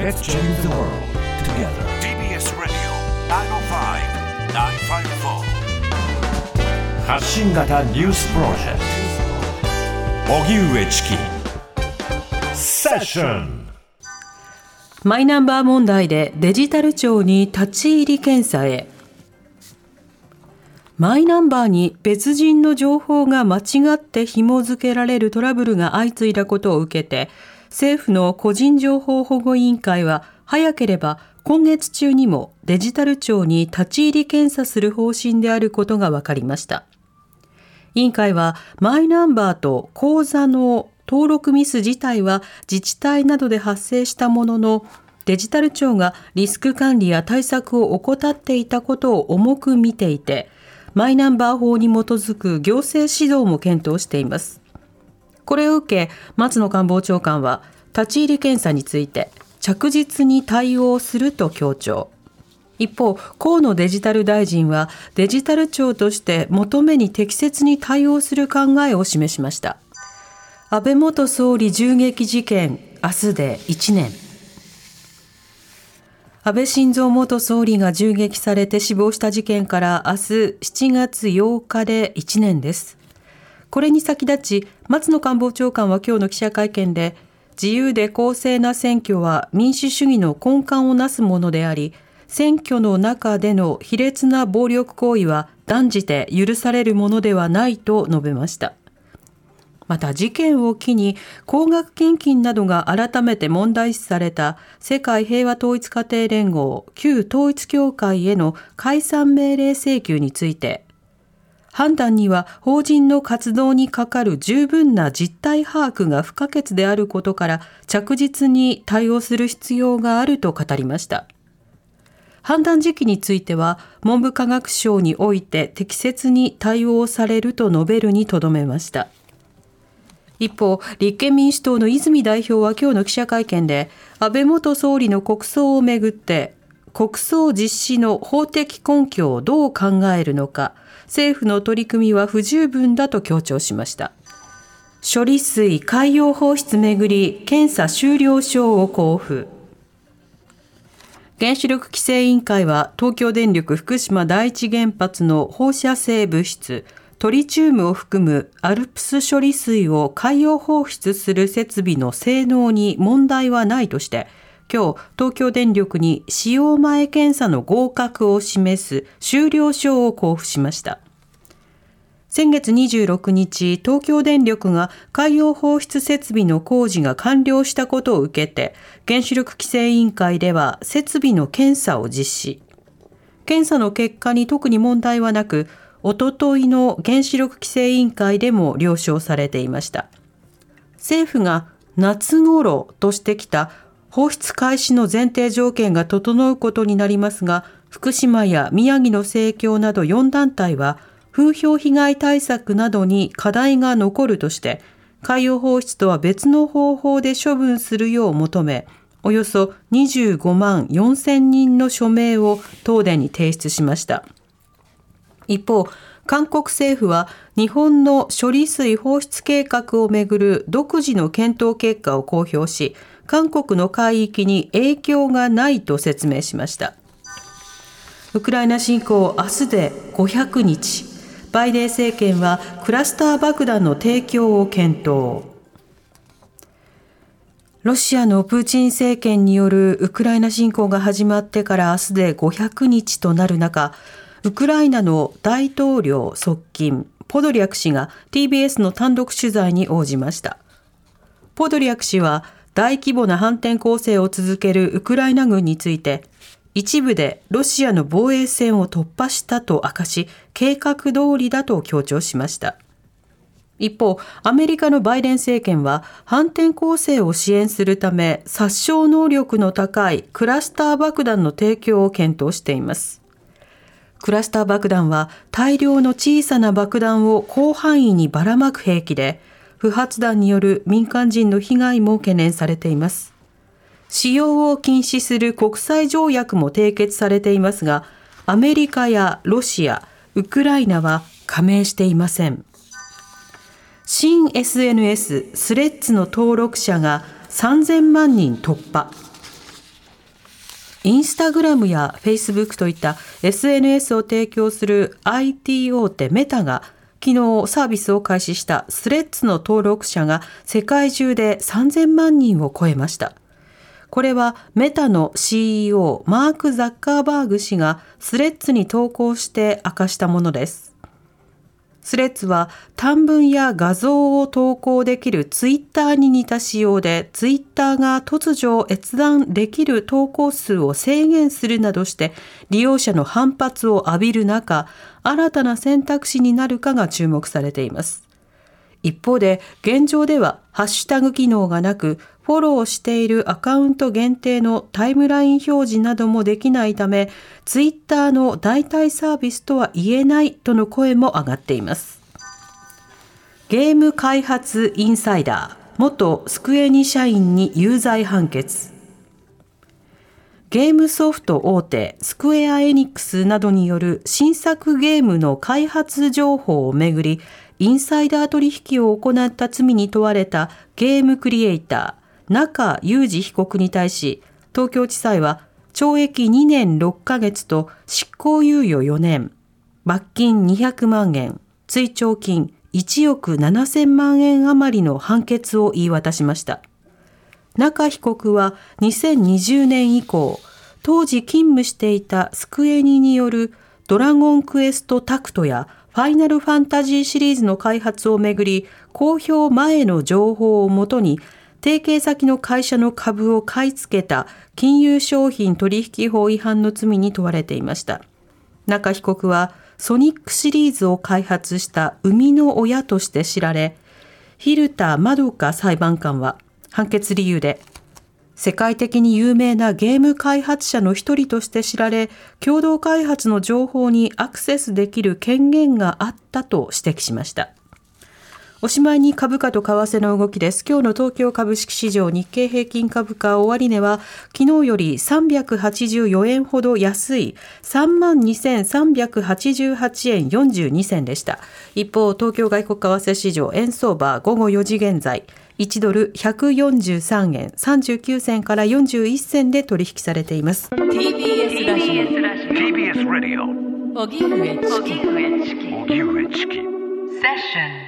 Let's change the world together. TBS Radio 905-954 発信型ニュースプロジェクト荻上チキセッション。 マイナンバー問題でデジタル庁に立ち入り検査へ。マイナンバーに別人の情報が間違って紐付けられるトラブルが相次いだことを受けて、政府の個人情報保護委員会は早ければ今月中にもデジタル庁に立ち入り検査する方針であることが分かりました。委員会はマイナンバーと口座の登録ミス自体は自治体などで発生したものの、デジタル庁がリスク管理や対策を怠っていたことを重く見ていて、マイナンバー法に基づく行政指導も検討しています。これを受け、松野官房長官は立ち入り検査について着実に対応すると強調。一方、河野デジタル大臣はデジタル庁として求めに適切に対応する考えを示しました。安倍元総理銃撃事件、明日で1年。安倍晋三元総理が銃撃されて死亡した事件から明日7月8日で1年です。これに先立ち、松野官房長官は今日の記者会見で、自由で公正な選挙は民主主義の根幹をなすものであり、選挙の中での卑劣な暴力行為は断じて許されるものではないと述べました。また事件を機に高額献金などが改めて問題視された世界平和統一家庭連合旧統一教会への解散命令請求について、判断には法人の活動にかかる十分な実態把握が不可欠であることから着実に対応する必要があると語りました。判断時期については文部科学省において適切に対応されると述べるにとどめました。一方、立憲民主党の泉代表は今日の記者会見で、安倍元総理の国葬をめぐって国葬実施の法的根拠をどう考えるのか、政府の取り組みは不十分だと強調しました。処理水海洋放出めぐり検査終了証を交付。原子力規制委員会は東京電力福島第一原発の放射性物質トリチウムを含むアルプス処理水を海洋放出する設備の性能に問題はないとして、今日東京電力に使用前検査の合格を示す終了証を交付しました。先月26日、東京電力が海洋放出設備の工事が完了したことを受けて、原子力規制委員会では設備の検査を実施。検査の結果に特に問題はなく、おとといの原子力規制委員会でも了承されていました。政府が夏頃としてきた放出開始の前提条件が整うことになりますが、福島や宮城の生協など4団体は風評被害対策などに課題が残るとして、海洋放出とは別の方法で処分するよう求め、およそ25万4千人の署名を東電に提出しました。一方、韓国政府は日本の処理水放出計画をめぐる独自の検討結果を公表し、韓国の海域に影響がないと説明しました。ウクライナ侵攻明日で500日。バイデン政権はクラスター爆弾の提供を検討。ロシアのプーチン政権によるウクライナ侵攻が始まってから明日で500日となる中、ウクライナの大統領側近ポドリャク氏が TBS の単独取材に応じました。ポドリャク氏は大規模な反転攻勢を続けるウクライナ軍について、一部でロシアの防衛線を突破したと明かし、計画通りだと強調しました。一方、アメリカのバイデン政権は反転攻勢を支援するため殺傷能力の高いクラスター爆弾の提供を検討しています。クラスター爆弾は大量の小さな爆弾を広範囲にばらまく兵器で、不発弾による民間人の被害も懸念されています。使用を禁止する国際条約も締結されていますが、アメリカやロシア、ウクライナは加盟していません。新 SNS スレッズの登録者が3000万人突破。 インスタグラムやフェイスブックといった SNS を提供する IT 大手メタが昨日サービスを開始したスレッズの登録者が世界中で3000万人を超えました。これはメタの CEO マーク・ザッカーバーグ氏がスレッズに投稿して明かしたものです。スレッズは短文や画像を投稿できるツイッターに似た仕様で、ツイッターが突如閲覧できる投稿数を制限するなどして利用者の反発を浴びる中、新たな選択肢になるかが注目されています。一方で現状ではハッシュタグ機能がなく、フォローしているアカウント限定のタイムライン表示などもできないため、ツイッターの代替サービスとは言えないとの声も上がっています。ゲーム開発インサイダー、元スクエニ社員に有罪判決。ゲームソフト大手スクエアエニックスなどによる新作ゲームの開発情報をめぐり、インサイダー取引を行った罪に問われたゲームクリエイター、中裕司被告に対し、東京地裁は懲役2年6ヶ月と執行猶予4年、罰金200万円、追徴金1億7000万円余りの判決を言い渡しました。中被告は2020年以降、当時勤務していたスクエニによるドラゴンクエストタクトやファイナルファンタジーシリーズの開発をめぐり、公表前の情報をもとに提携先の会社の株を買い付けた金融商品取引法違反の罪に問われていました。中被告はソニックシリーズを開発した生みの親として知られ、蛭田まどか裁判官は判決理由で、世界的に有名なゲーム開発者の一人として知られ、共同開発の情報にアクセスできる権限があったと指摘しました。おしまいに株価と為替の動きです。今日の東京株式市場日経平均株価終値は昨日より384円ほど安い 32,388 円42銭でした。一方、東京外国為替市場円相場午後4時現在1ドル143円39銭から41銭で取引されています。 TBS ラジオ TBS ラジオ荻上チキセッション